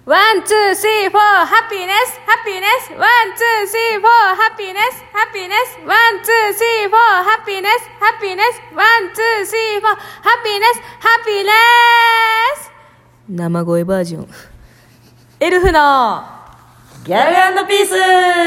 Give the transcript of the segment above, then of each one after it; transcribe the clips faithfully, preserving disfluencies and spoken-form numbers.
ワン、ツー、スリー、フォー、ハピネス、ハピネス。ワン、ツー、スリー、フォー、ハピネス、ハピネス。ワン、ツー、スリー、フォー、ハピネス、ハピネス。ワン、ツー、スリー、フォー、ハピネス、ハピネス。生声バージョン。エルフのギャル&ピース。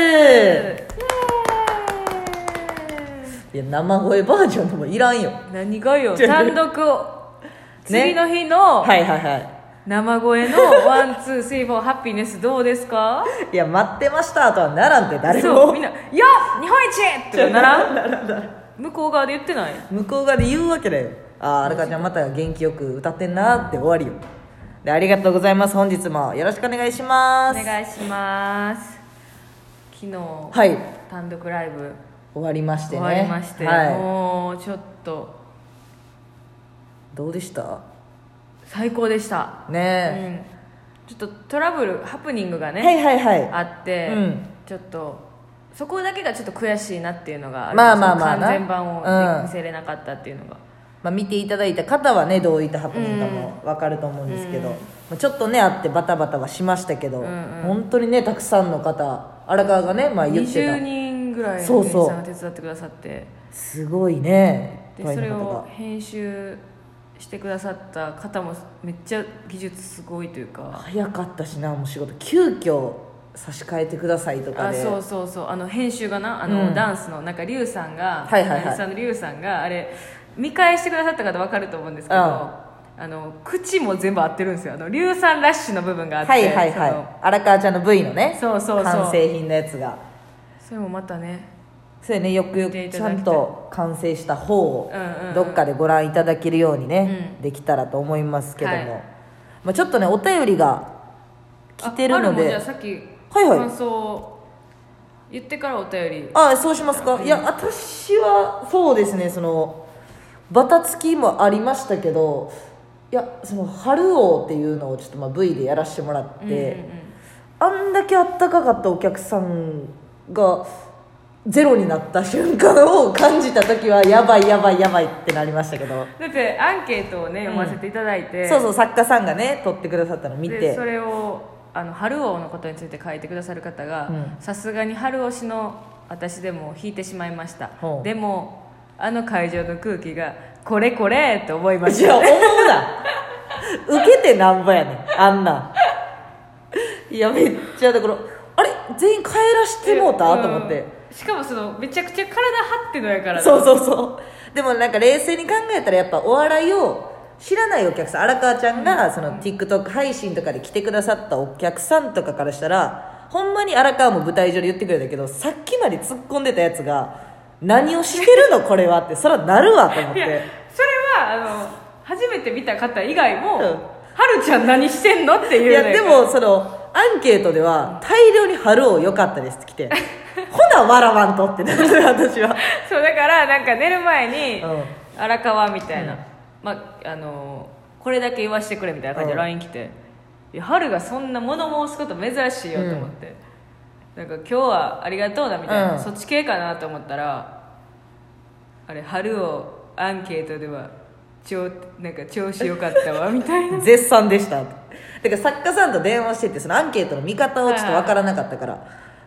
いや生声バージョンでもいらんよ。 何がよ。単独を、次の日の、 はいはいはい、 生声のワン、ツー、スリー、フォー、ハピネスどうですか？ いや待ってましたとはならんって誰も。 そうみんな「よっ日本一!」ってならんならんならん向こう側で言ってない？ 向こう側で言うわけだよ。ああ、あらかちゃんまた元気よく歌ってんなって終わりよ。でありがとうございます。本日もよろしくお願いします。 お願いします。昨日、 はい、 単独ライブ終わりましてね。 終わりまして、 はい、 もうちょっとどうでした？ 最高でしたねえ、うん、ちょっとトラブルハプニングがね、 はいはいはい、 あって、 うん、 ちょっとそこだけがちょっと悔しいなっていうのがある。 まあまあまあな、 完全版をうん見せれなかったっていうのが、 まあ、見ていただいた方はねどういったハプニングかも分かると思うんですけど、 うんまあちょっとねあってバタバタはしましたけど、 うんうん本当にねたくさんの方、荒川がね、まあ、言ってたにじゅうにんぐらいのそうそう店員さんが手伝ってくださって、 すごいね、 でそれいっぱいの方がを編集してくださった方もめっちゃ技術すごいというか、 早かったしな、もう仕事急遽差し替えてくださいとかで、 あそうそうそう、あの編集がなあの、 うん、 ダンスのなんかリュウさんが、 はいはいはい、 ダンスさんのリュウさんがあれ見返してくださった方分かると思うんですけど、 うん、 あの口も全部合ってるんですよ。あのリュウさんラッシュの部分があって、 はいはいはい、荒川ちゃんの V のね、 そうそうそう完成品のやつが、 それもまたね、 それねよくよくちゃんと完成した方をどっかでご覧いただけるようにね、 うん、 できたらと思いますけども、 はい、 まあ、ちょっとねお便りが来てるので、 じゃあさっきはいはい、 感想を言ってからお便り、 ああそうしますか。いや私はそうですね、そのバタつきもありましたけど、いやその春王っていうのをちょっとまあ V でやらせてもらって、 うんうんうん、 あんだけあったかかったお客さんがゼロになった瞬間を感じた時はやばいやばいやばいってなりましたけど、 だってアンケートをね読ませていただいて、 うん、そうそう作家さんがね撮ってくださったのを見て、 でそれをあの春王のことについて書いてくださる方が、さすがに春推しの私でも引いてしまいました、 うん、 でもあの会場の空気がこれこれって思いました。 いや思うな受けてなんぼやねんあんないやめっちゃだからあれ全員帰らしてもうた、うん、と思って、 しかもそのめちゃくちゃ体張ってのやから、 そうそうそう、でもなんか冷静に考えたらやっぱお笑いを知らないお客さん、荒川ちゃんがその TikTok 配信とかで来てくださったお客さんとかからしたらほんまに荒川も舞台上で言ってくれたけど、さっきまで突っ込んでたやつが何をしてるのこれはってそらなるわと思って、 いやそれはあの初めて見た方以外も、うん、はるちゃん何してんのっていう、 いやでもそのアンケートでは大量に春を良かったですって来てほな笑わんとってなって私はそうだからなんか寝る前に、 うん、 荒川みたいな、 うん、 まあのこれだけ言わしてくれみたいな感じで ライン 来て、いや春がそんな物申すこと珍しいよと思って、うん、なんか今日はありがとうだみたいな、うん、そっち系かなと思ったら、あれ春をアンケートでは超なんか調子良かったわみたいな絶賛でしただから作家さんと電話しててそのアンケートの見方をちょっと分からなかったから、はいはい、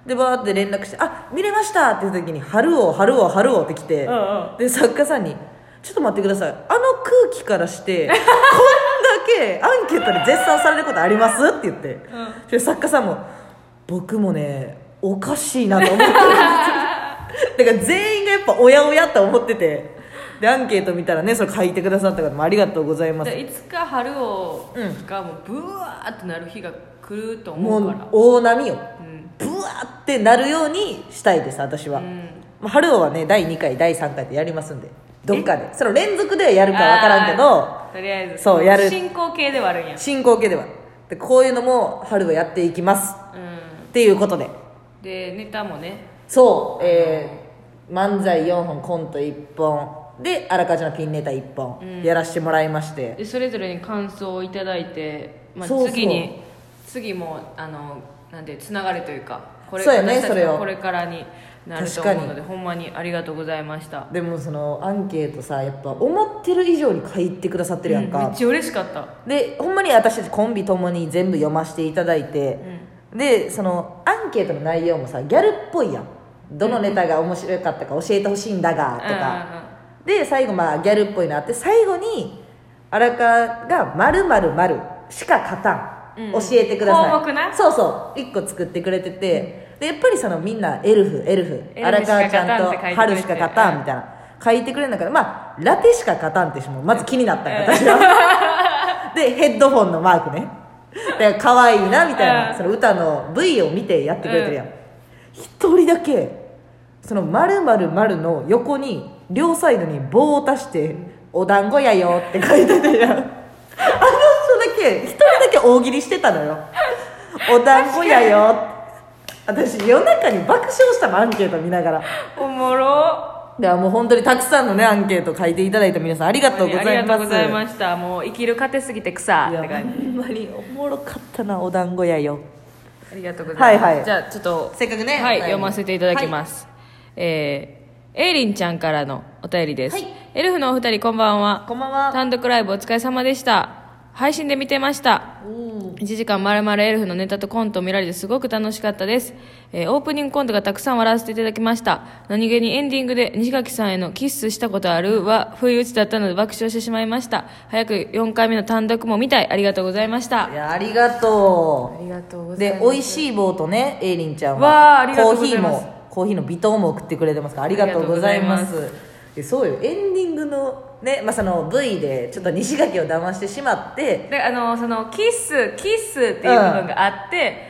でバーって連絡して「あ見れました」って言った時に「春を春を春を」って来て、 うんうん、 で作家さんに「ちょっと待ってください、あの空気からしてこんだけアンケートで絶賛されることあります?」って言って、うん、作家さんも「僕もねおかしいなと思ってるんです」だから全員がやっぱおやおやって思ってて、でアンケート見たらねそれ書いてくださった方もありがとうございます。 いつか春をがもうブワーってなる日が来ると思うから、 もう大波よ、 うん、 ブワーってなるようにしたいです私は、うん、まあ、春をはねだいにかいだいさんかいってやりますんで、どっかでその連続ではやるか分からんけど、 とりあえずそうやる進行形ではあるんや、 進行形ではでこういうのも春はやっていきます、うん、っていうことででネタもね、 そう、えー、漫才よんほんコントいっぽんで荒川ちゃんのピンネタいっぽんやらせてもらいまして、 うん、でそれぞれに感想をいただいて、まあ、 そうそう次に次もあのなんでつながるというか、これそうやね、 私たちそれをのこれからになると思うのでほんまにありがとうございました。 でもそのアンケートさやっぱ思っってる以上に書いてくださってるやんか、 うん、めっちゃ嬉しかった。 でほんまに私たちコンビともに全部読ませていただいて、うん、でそのアンケートの内容もさギャルっぽいやん。どのネタが面白かったか教えてほしいんだがとか、うんうんうん、で最後まあギャルっぽいのあって、最後に荒川が〇〇〇しか勝たん、うん、教えてください、 項目な、 そうそういっこ作ってくれてて、うん、でやっぱりそのみんなエルフエルフ荒川ちゃんと春しか勝たんみたいな書いてくれるんだから、まあラテしか勝たんってしもまず気になったんや、私はでヘッドフォンのマークね、だから可愛いなみたいな、その歌の ブイ を見てやってくれてるやん。一、うん、人だけその〇〇〇の横に両サイドに棒を足してお団子やよって書いててやん。あの人だけ一人だけ大喜利してたのよ。お団子やよ。私夜中に爆笑したの、アンケート見ながら。 おもろ。 ではもう本当にたくさんのねアンケート書いていただいた皆さんありがとうございます。 ありがとうございました。もう生きる糧すぎて草って感じ。 ほんまにおもろかったな、お団子やよ。 ありがとうございます、 はいはい、 じゃあちょっとせっかくね、 はい、読ませていただきます、はい、えー、エイリンちゃんからのお便りです、はい、エルフのお二人こんばんは。 こんばんは。 単独ライブお疲れ様でした。配信で見てました。いちじかんまるまるエルフのネタとコントを見られてすごく楽しかったです、えー、オープニングコントがたくさん笑わせていただきました。何気にエンディングで西垣さんへのキスしたことあるは不意打ちだったので爆笑してしまいました。早くよんかいめの単独も見たい。ありがとうございました。 いやありがとう。 ありがとうございます。 で美味しい棒とねエイリンちゃんははありがとうコーヒーございますもコーヒーの微糖も送ってくれてますからありがとうございます。でそうよ、エンディングのね、まあ、その ブイ でちょっと西垣を騙してしまってであのそのキスキスっていう部分があって、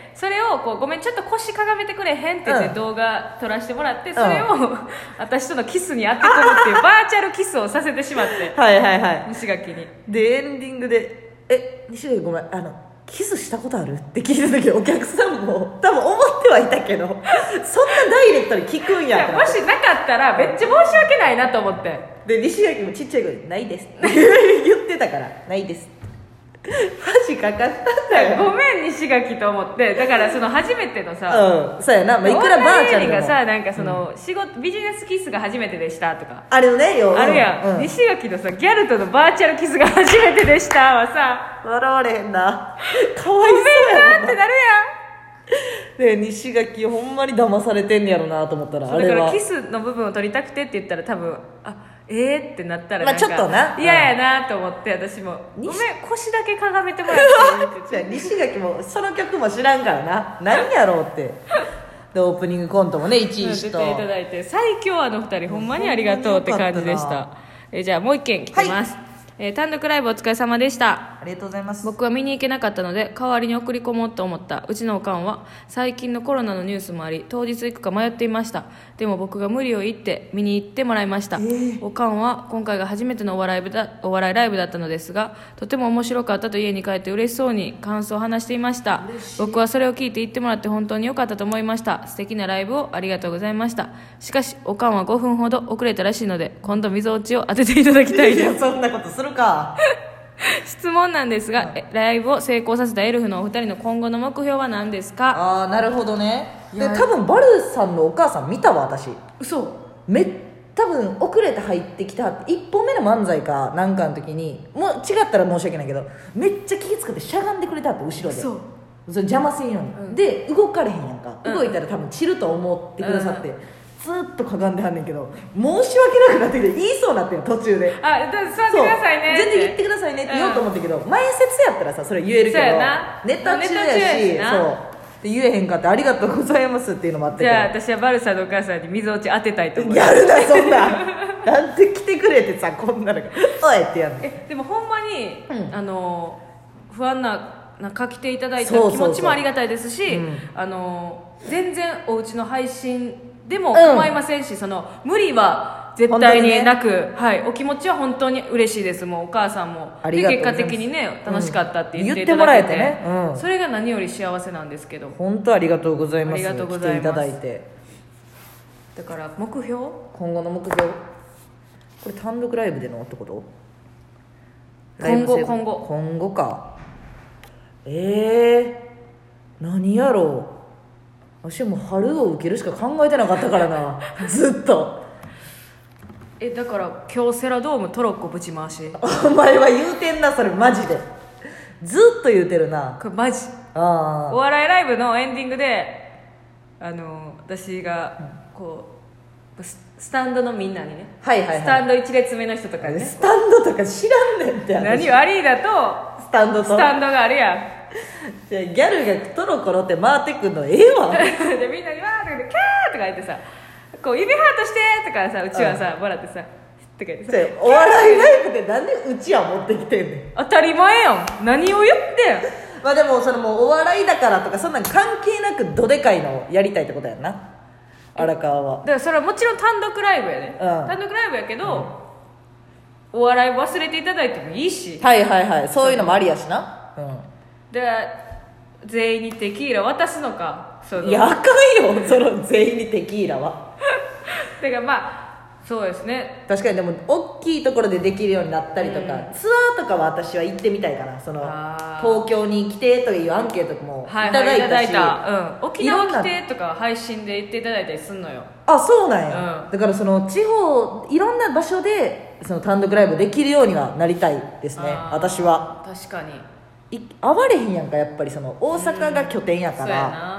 うん、それをこうごめんちょっと腰かがめてくれへんって言って動画撮らせてもらって、うん、それを、うん、私とのキスに当て込むっていうバーチャルキスをさせてしまってはいはいはい西垣に。 でエンディングで「え西垣ごめんあのキスしたことある?」って聞いた時お客さんも多分思ってはいたけどそんなダイレクトに聞くんやって。 もしなかったらめっちゃ申し訳ないなと思って、 で西垣もちっちゃい声で「ないです」って言ってたから「ないです」恥かかったんだよ。 ごめん西垣と思って。だからその初めてのさ、 うんそうやな、まあ、いくらバーチャルがさなんかその、うん、仕事ビジネスキスが初めてでしたとかあれねよあるやん、うん、西垣のさギャルとのバーチャルキスが初めてでしたはさ笑われへんな、かわいそうやなってなるやん。で西垣ほんまに騙されてんやろなと思ったら、あれはだからキスの部分を取りたくてって言ったら多分あえーってなったらなんか、 まあ、ちょっとな嫌やなと思って私もごめん腰だけかがめてもらってじゃあ西垣もその曲も知らんからな何やろうってでオープニングコントもねいちいちと出ていただいて最強あの二人ほんまにありがとうって感じでしたえじゃあもう一件来てます、はいえー、単独ライブお疲れ様でした。 ありがとうございます。 僕は見に行けなかったので代わりに送り込もうと思ったうちのおかんは最近のコロナのニュースもあり当日行くか迷っていました。でも僕が無理を言って見に行ってもらいました、えー、おかんは今回が初めてのお笑いだお笑いライブだったのですがとても面白かったと家に帰って嬉しそうに感想を話していました。僕はそれを聞いて行ってもらって本当に良かったと思いました。素敵なライブをありがとうございました。しかしおかんはごふんほど遅れたらしいので今度溝落ちを当てていただきたいです。 いやそんなことするか質問なんですが、うん、ライブを成功させたエルフのお二人の今後の目標は何ですか？ ああなるほどね。で多分バルさんのお母さん見たわ私。 嘘め多分遅れて入ってきたいっぽんめの漫才かなんかの時にもう違ったら申し訳ないけどめっちゃ気ぃ使ってしゃがんでくれたって後ろでそうそれ邪魔せんように、うん、で動かれへんやんか、うん、動いたら多分散ると思ってくださって、うんずっとかがんではんねんけど申し訳なくなってきて言いそうになってん途中であだ座ってくださいね全然言ってくださいねって言おうと思ったけど、うん、前説やったらさそれ言えるけどネタ中やしそうで言えへんかってありがとうございますっていうのもあったけどじゃあ私はバルサのお母さんに水落ち当てたいと思うやるなそんななんで来てくれってさこんなのがおいってやんのえでもほんまに、うん、あの不安ななんか来ていただいた気持ちもありがたいですし、うん、あの全然お家の配信でも構いませんし、うん、その無理は絶対になく、ねはい、お気持ちは本当に嬉しいです。もうお母さんもで結果的にね楽しかったって言っていただけて、うん、言ってもらえてね、うん、それが何より幸せなんですけど本当ありがとうございます。 ありがとうございます。 来ていただいてだから目標今後の目標これ単独ライブでのってこと今後今後今後かえー、何やろう私も春を受けるしか考えてなかったからなずっとええだから京セラドームトロッコぶち回しお前は言うてんなそれマジでずっと言うてるな。 これマジあお笑いライブのエンディングであの私がこうススタンドのみんなにね、 はいはいはい、 スタンドいち列目の人とかにね、 スタンドとか知らんねんって何よアリーダとスタンドとスタンドがあるやんじゃあギャルがトロコロって回ってくんのええわでみんなにわーとかでキャーとか言ってさこう指ハートしてとかさうちはさもらってさとか言ってさお笑いライブでなんでうちわ持ってきてんねん。 当たり前やん何を言ってんまあでもそれもうお笑いだからとかそんなん関係なくどでかいのをやりたいってことやんな荒川は。 だからそれはもちろん単独ライブやね、 うん単独ライブやけど、うん、お笑い忘れていただいてもいいしはいはいはいそういうのもありやしな。うんで全員にテキーラ渡すのかそのいやあかんよその全員にテキーラはだからまあそうですね確かにでも大きいところでできるようになったりとか、うん、ツアーとかは私は行ってみたいかな。その東京に来てというアンケートもいただいたし、はいはい、いただいた、うん、沖縄来てとか配信で言っていただいたりすんのよ。あそうなんや、うん、だからその地方いろんな場所でその単独ライブできるようにはなりたいですね私は。 確かにい会われへんやんかやっぱりその大阪が拠点やから、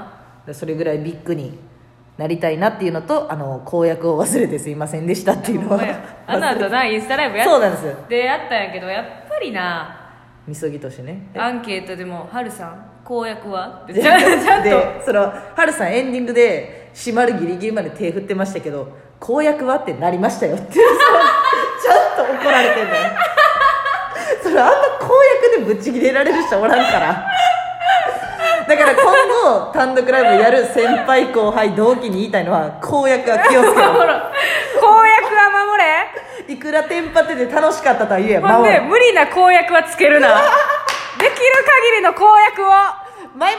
うん、そ, それぐらいビッグになりたいなっていうのとあの公約を忘れてすいませんでしたっていうのはあの後なインスタライブやってそうなんですよでやったんやけどやっぱりなみそぎとしてねアンケートでも「はるさん公約は?」ってちゃんとでそのはるさんエンディングで閉まるギリギリまで手振ってましたけど公約はってなりましたよってちゃんと怒られてんだよそれあんな公約でぶち切れられる人おらんからだから今後単独ライブやる先輩後輩同期に言いたいのは公約は気をつけろ公約は守れいくらテンパってて楽しかったとは言えやほんで無理な公約はつけるなできる限りの公約を